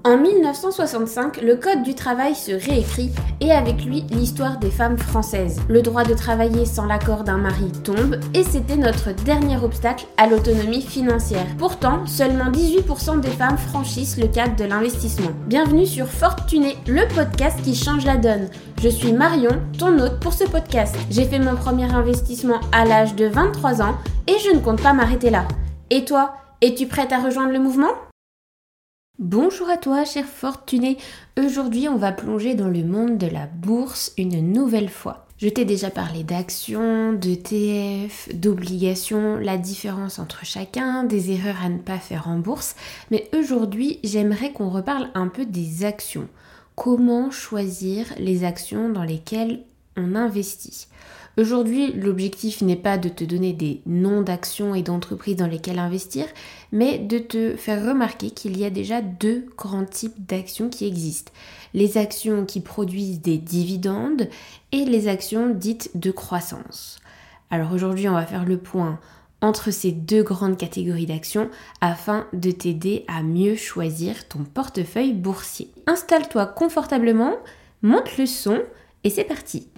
En 1965, le Code du travail se réécrit et avec lui l'histoire des femmes françaises. Le droit de travailler sans l'accord d'un mari tombe et c'était notre dernier obstacle à l'autonomie financière. Pourtant, seulement 18% des femmes franchissent le cap de l'investissement. Bienvenue sur Fortuné, le podcast qui change la donne. Je suis Marion, ton hôte pour ce podcast. J'ai fait mon premier investissement à l'âge de 23 ans et je ne compte pas m'arrêter là. Et toi, es-tu prête à rejoindre le mouvement ? Bonjour à toi, cher fortuné. Aujourd'hui, on va plonger dans le monde de la bourse une nouvelle fois. Je t'ai déjà parlé d'actions, d'ETF, d'obligations, la différence entre chacun, des erreurs à ne pas faire en bourse. Mais aujourd'hui, j'aimerais qu'on reparle un peu des actions. Comment choisir les actions dans lesquelles on investit ? Aujourd'hui, l'objectif n'est pas de te donner des noms d'actions et d'entreprises dans lesquelles investir, mais de te faire remarquer qu'il y a déjà deux grands types d'actions qui existent. Les actions qui produisent des dividendes et les actions dites de croissance. Alors aujourd'hui, on va faire le point entre ces deux grandes catégories d'actions afin de t'aider à mieux choisir ton portefeuille boursier. Installe-toi confortablement, monte le son et c'est parti.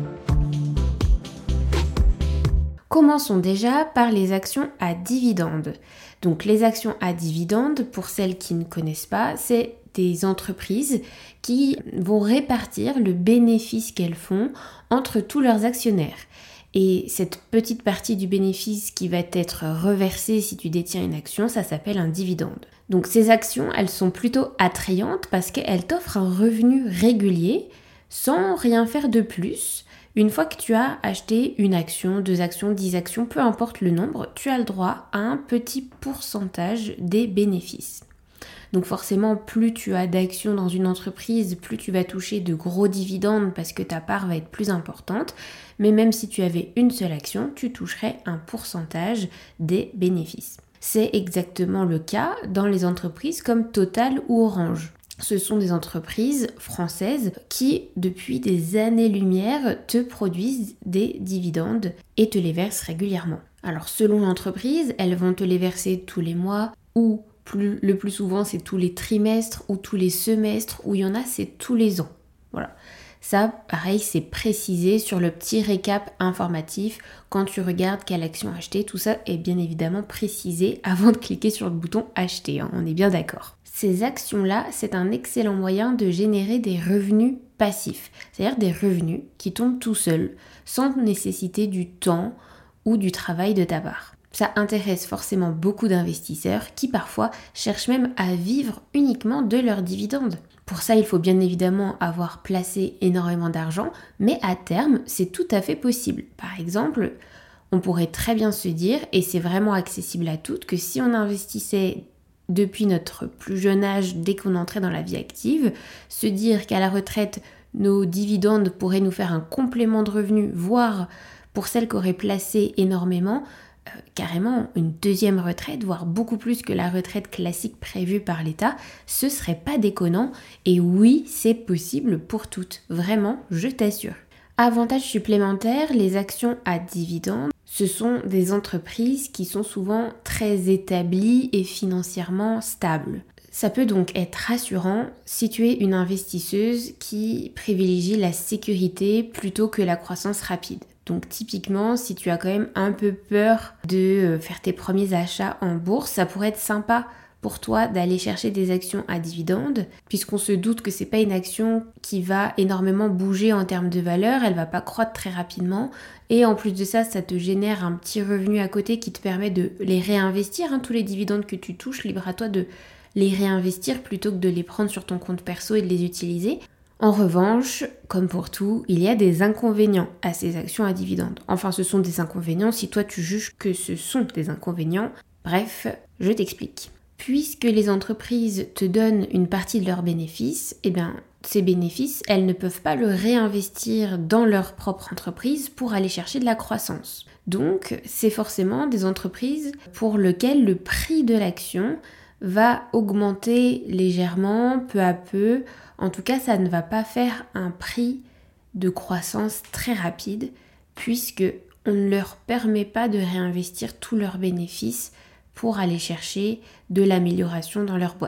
Commençons déjà par les actions à dividendes. Donc les actions à dividendes, pour celles qui ne connaissent pas, c'est des entreprises qui vont répartir le bénéfice qu'elles font entre tous leurs actionnaires. Et cette petite partie du bénéfice qui va être reversée si tu détiens une action, ça s'appelle un dividende. Donc ces actions, elles sont plutôt attrayantes parce qu'elles t'offrent un revenu régulier sans rien faire de plus. Une fois que tu as acheté une action, 2 actions, 10 actions, peu importe le nombre, tu as le droit à un petit pourcentage des bénéfices. Donc forcément, plus tu as d'actions dans une entreprise, plus tu vas toucher de gros dividendes parce que ta part va être plus importante. Mais même si tu avais une seule action, tu toucherais un pourcentage des bénéfices. C'est exactement le cas dans les entreprises comme Total ou Orange. Ce sont des entreprises françaises qui, depuis des années-lumière, te produisent des dividendes et te les versent régulièrement. Alors selon l'entreprise, elles vont te les verser tous les mois ou le plus souvent c'est tous les trimestres ou tous les semestres ou il y en a c'est tous les ans. Voilà. Ça, pareil, c'est précisé sur le petit récap informatif quand tu regardes quelle action acheter. Tout ça est bien évidemment précisé avant de cliquer sur le bouton acheter, on est bien d'accord. Ces actions-là, c'est un excellent moyen de générer des revenus passifs, c'est-à-dire des revenus qui tombent tout seuls, sans nécessiter du temps ou du travail de ta part. Ça intéresse forcément beaucoup d'investisseurs qui parfois cherchent même à vivre uniquement de leurs dividendes. Pour ça, il faut bien évidemment avoir placé énormément d'argent, mais à terme, c'est tout à fait possible. Par exemple, on pourrait très bien se dire, et c'est vraiment accessible à toutes, que si on investissait depuis notre plus jeune âge, dès qu'on entrait dans la vie active, se dire qu'à la retraite, nos dividendes pourraient nous faire un complément de revenus, voire pour celles qui auraient placé énormément, carrément une deuxième retraite, voire beaucoup plus que la retraite classique prévue par l'État, ce serait pas déconnant et oui, c'est possible pour toutes. Vraiment, je t'assure. Avantage supplémentaire, les actions à dividendes, ce sont des entreprises qui sont souvent très établies et financièrement stables. Ça peut donc être rassurant si tu es une investisseuse qui privilégie la sécurité plutôt que la croissance rapide. Donc typiquement, si tu as quand même un peu peur de faire tes premiers achats en bourse, ça pourrait être sympa pour toi d'aller chercher des actions à dividendes, puisqu'on se doute que c'est pas une action qui va énormément bouger en termes de valeur, elle va pas croître très rapidement, et en plus de ça, ça te génère un petit revenu à côté qui te permet de les réinvestir, tous les dividendes que tu touches, libre à toi de les réinvestir plutôt que de les prendre sur ton compte perso et de les utiliser. En revanche, comme pour tout, il y a des inconvénients à ces actions à dividendes. Enfin, ce sont des inconvénients si toi tu juges que ce sont des inconvénients. Bref, je t'explique. Puisque les entreprises te donnent une partie de leurs bénéfices, ces bénéfices, elles ne peuvent pas le réinvestir dans leur propre entreprise pour aller chercher de la croissance. Donc, c'est forcément des entreprises pour lesquelles le prix de l'action va augmenter légèrement, peu à peu. En tout cas, ça ne va pas faire un prix de croissance très rapide puisque on ne leur permet pas de réinvestir tous leurs bénéfices pour aller chercher de l'amélioration dans leur boîte.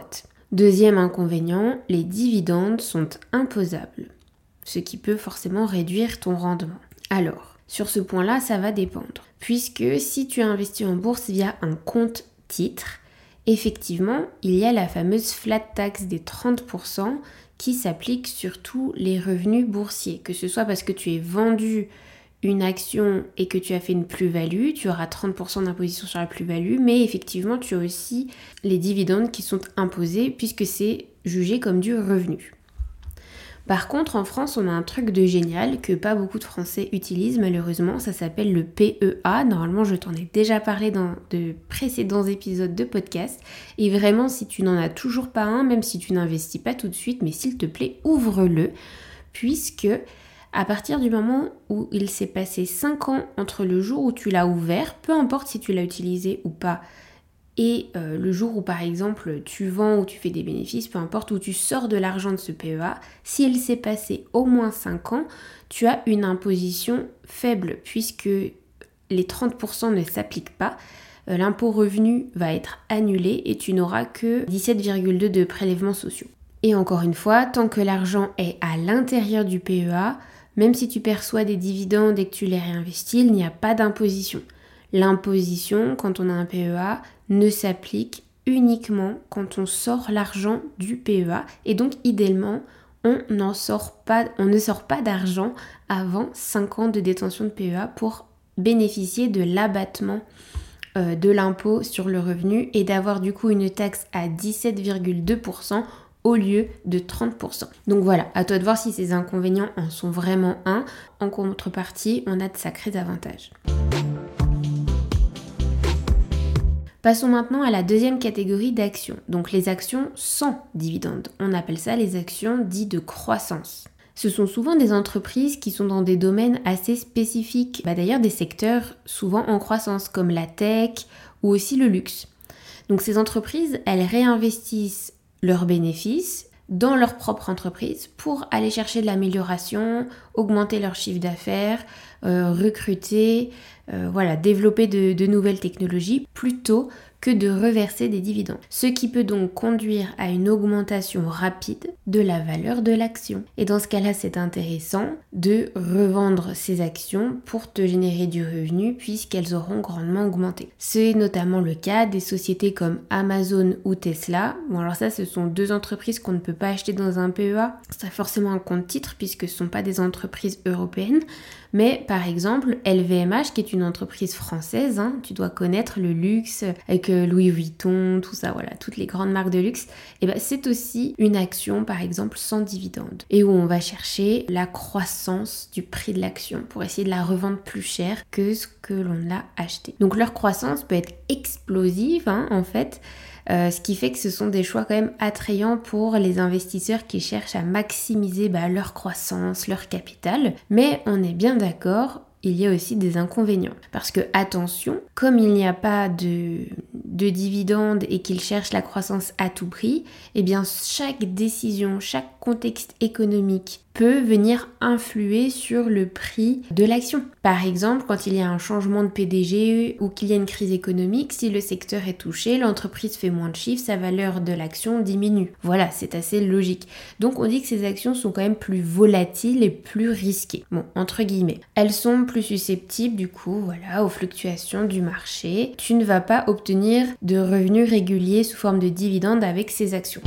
Deuxième inconvénient, les dividendes sont imposables, ce qui peut forcément réduire ton rendement. Alors, sur ce point-là, ça va dépendre. Puisque si tu as investi en bourse via un compte titre, effectivement, il y a la fameuse flat tax des 30% qui s'applique sur tous les revenus boursiers. Que ce soit parce que tu aies vendu une action et que tu as fait une plus-value, tu auras 30% d'imposition sur la plus-value, mais effectivement, tu as aussi les dividendes qui sont imposés puisque c'est jugé comme du revenu. Par contre, en France, on a un truc de génial que pas beaucoup de Français utilisent malheureusement, ça s'appelle le PEA. Normalement, je t'en ai déjà parlé dans de précédents épisodes de podcast. Et vraiment, si tu n'en as toujours pas un, même si tu n'investis pas tout de suite, mais s'il te plaît, ouvre-le, puisque à partir du moment où il s'est passé 5 ans entre le jour où tu l'as ouvert, peu importe si tu l'as utilisé ou pas, et le jour où par exemple tu vends ou tu fais des bénéfices, peu importe, où tu sors de l'argent de ce PEA, s'il s'est passé au moins 5 ans, tu as une imposition faible puisque les 30% ne s'appliquent pas. L'impôt revenu va être annulé et tu n'auras que 17,2 de prélèvements sociaux. Et encore une fois, tant que l'argent est à l'intérieur du PEA, même si tu perçois des dividendes et que tu les réinvestis, il n'y a pas d'imposition. L'imposition, quand on a un PEA, ne s'applique uniquement quand on sort l'argent du PEA. Et donc, idéalement, on ne sort pas d'argent avant 5 ans de détention de PEA pour bénéficier de l'abattement de l'impôt sur le revenu et d'avoir du coup une taxe à 17,2% au lieu de 30%. Donc voilà, à toi de voir si ces inconvénients en sont vraiment un. En contrepartie, on a de sacrés avantages. Passons maintenant à la deuxième catégorie d'actions, donc les actions sans dividendes. On appelle ça les actions dites de croissance. Ce sont souvent des entreprises qui sont dans des domaines assez spécifiques, d'ailleurs des secteurs souvent en croissance comme la tech ou aussi le luxe. Donc ces entreprises, elles réinvestissent leurs bénéfices dans leur propre entreprise pour aller chercher de l'amélioration, augmenter leur chiffre d'affaires, recruter, développer de nouvelles technologies plutôt que de reverser des dividendes. Ce qui peut donc conduire à une augmentation rapide de la valeur de l'action. Et dans ce cas-là, c'est intéressant de revendre ces actions pour te générer du revenu puisqu'elles auront grandement augmenté. C'est notamment le cas des sociétés comme Amazon ou Tesla. Bon alors ça, ce sont deux entreprises qu'on ne peut pas acheter dans un PEA. C'est forcément un compte titre puisque ce ne sont pas des entreprises européennes. Mais par exemple, LVMH, qui est une entreprise française, tu dois connaître le luxe avec Louis Vuitton, tout ça, voilà, toutes les grandes marques de luxe, et c'est aussi une action, par exemple, sans dividende. Et où on va chercher la croissance du prix de l'action pour essayer de la revendre plus cher que ce que l'on l'a acheté. Donc leur croissance peut être explosive, en fait, ce qui fait que ce sont des choix quand même attrayants pour les investisseurs qui cherchent à maximiser leur croissance, leur capital. Mais on est bien d'accord, il y a aussi des inconvénients. Parce que attention, comme il n'y a pas de dividendes et qu'ils cherchent la croissance à tout prix, eh bien chaque décision, chaque contexte économique peut venir influer sur le prix de l'action. Par exemple, quand il y a un changement de PDG ou qu'il y a une crise économique, si le secteur est touché, l'entreprise fait moins de chiffres, sa valeur de l'action diminue. Voilà, c'est assez logique. Donc on dit que ces actions sont quand même plus volatiles et plus risquées. Bon, entre guillemets. Elles sont plus susceptibles du coup, aux fluctuations du marché. Tu ne vas pas obtenir de revenus réguliers sous forme de dividendes avec ces actions.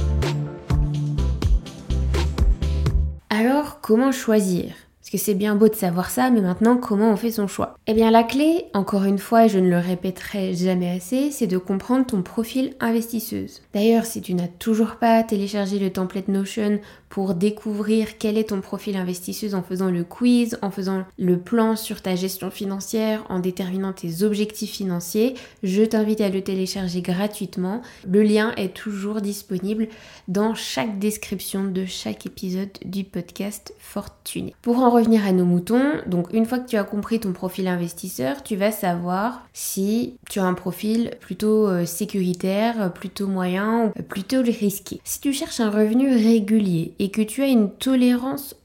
Alors, comment choisir ? Parce que c'est bien beau de savoir ça, mais maintenant, comment on fait son choix ? Eh bien, la clé, encore une fois, et je ne le répéterai jamais assez, c'est de comprendre ton profil investisseuse. D'ailleurs, si tu n'as toujours pas téléchargé le template Notion pour découvrir quel est ton profil investisseuse en faisant le quiz, en faisant le plan sur ta gestion financière, en déterminant tes objectifs financiers, je t'invite à le télécharger gratuitement. Le lien est toujours disponible dans chaque description de chaque épisode du podcast Fortuné. Pour en revenir à nos moutons, donc une fois que tu as compris ton profil investisseur, tu vas savoir si tu as un profil plutôt sécuritaire, plutôt moyen ou plutôt risqué. Si tu cherches un revenu régulier et que tu as une tolérance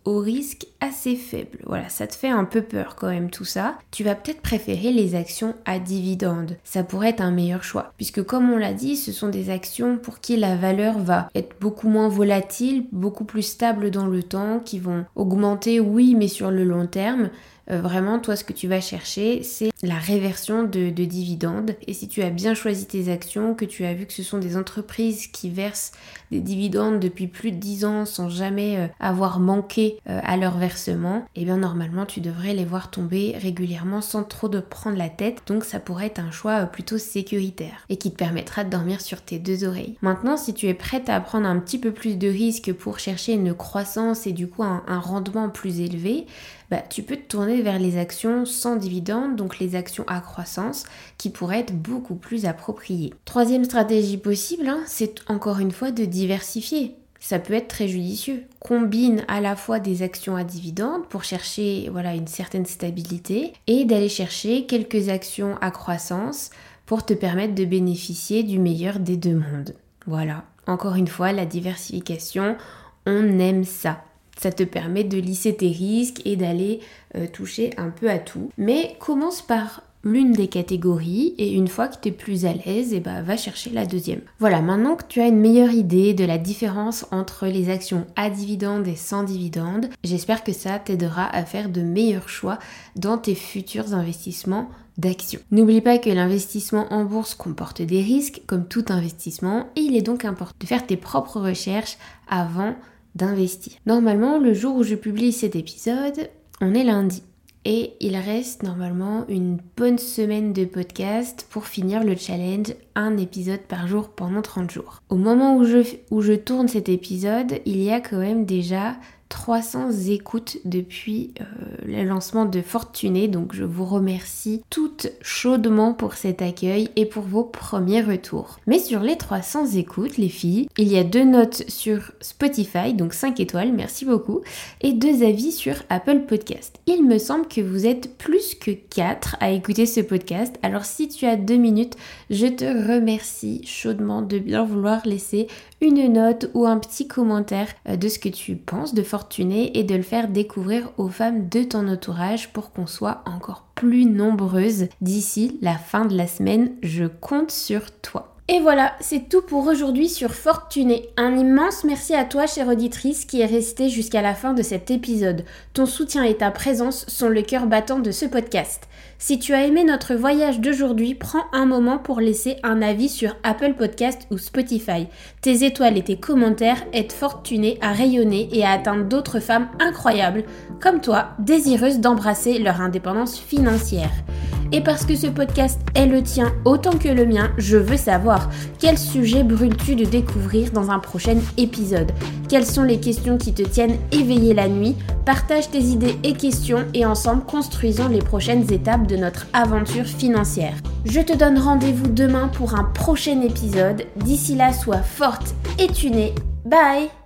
au risque assez faible. Voilà, ça te fait un peu peur quand même tout ça. Tu vas peut-être préférer les actions à dividendes. Ça pourrait être un meilleur choix. Puisque comme on l'a dit, ce sont des actions pour qui la valeur va être beaucoup moins volatile, beaucoup plus stable dans le temps, qui vont augmenter, oui, mais sur le long terme. Vraiment, toi, ce que tu vas chercher, c'est la réversion de dividendes. Et si tu as bien choisi tes actions, que tu as vu que ce sont des entreprises qui versent des dividendes depuis plus de 10 ans sans jamais avoir manqué à leur versement, eh bien normalement, tu devrais les voir tomber régulièrement sans trop de prendre la tête. Donc ça pourrait être un choix plutôt sécuritaire et qui te permettra de dormir sur tes deux oreilles. Maintenant, si tu es prête à prendre un petit peu plus de risques pour chercher une croissance et du coup un rendement plus élevé, tu peux te tourner vers les actions sans dividendes, donc les actions à croissance, qui pourraient être beaucoup plus appropriées. Troisième stratégie possible, c'est encore une fois de diversifier. Ça peut être très judicieux. Combine à la fois des actions à dividendes pour chercher une certaine stabilité et d'aller chercher quelques actions à croissance pour te permettre de bénéficier du meilleur des deux mondes. Voilà, encore une fois, la diversification, on aime ça. Ça te permet de lisser tes risques et d'aller toucher un peu à tout. Mais commence par l'une des catégories et une fois que tu es plus à l'aise, va chercher la deuxième. Voilà, maintenant que tu as une meilleure idée de la différence entre les actions à dividendes et sans dividendes, j'espère que ça t'aidera à faire de meilleurs choix dans tes futurs investissements d'actions. N'oublie pas que l'investissement en bourse comporte des risques, comme tout investissement, et il est donc important de faire tes propres recherches avant d'investir. Normalement, le jour où je publie cet épisode, on est lundi. Et il reste normalement une bonne semaine de podcast pour finir le challenge, un épisode par jour pendant 30 jours. Au moment où je tourne cet épisode, il y a quand même déjà 300 écoutes depuis le lancement de Fortuné, donc je vous remercie toutes chaudement pour cet accueil et pour vos premiers retours. Mais sur les 300 écoutes, les filles, il y a 2 notes sur Spotify, donc 5 étoiles, merci beaucoup, et 2 avis sur Apple Podcast. Il me semble que vous êtes plus que 4 à écouter ce podcast, alors si tu as 2 minutes, je te remercie chaudement de bien vouloir laisser une note ou un petit commentaire de ce que tu penses de Fortuné et de le faire découvrir aux femmes de ton entourage pour qu'on soit encore plus nombreuses d'ici la fin de la semaine. Je compte sur toi. Et voilà, c'est tout pour aujourd'hui sur Fortuné. Un immense merci à toi, chère auditrice, qui est restée jusqu'à la fin de cet épisode. Ton soutien et ta présence sont le cœur battant de ce podcast. Si tu as aimé notre voyage d'aujourd'hui, prends un moment pour laisser un avis sur Apple Podcast ou Spotify. Tes étoiles et tes commentaires aident Fortuné à rayonner et à atteindre d'autres femmes incroyables, comme toi, désireuses d'embrasser leur indépendance financière. Et parce que ce podcast est le tien autant que le mien, je veux savoir quel sujet brûles-tu de découvrir dans un prochain épisode? Quelles sont les questions qui te tiennent éveillé la nuit? Partage tes idées et questions et ensemble construisons les prochaines étapes de notre aventure financière. Je te donne rendez-vous demain pour un prochain épisode. D'ici là, sois forte et tunée. Bye!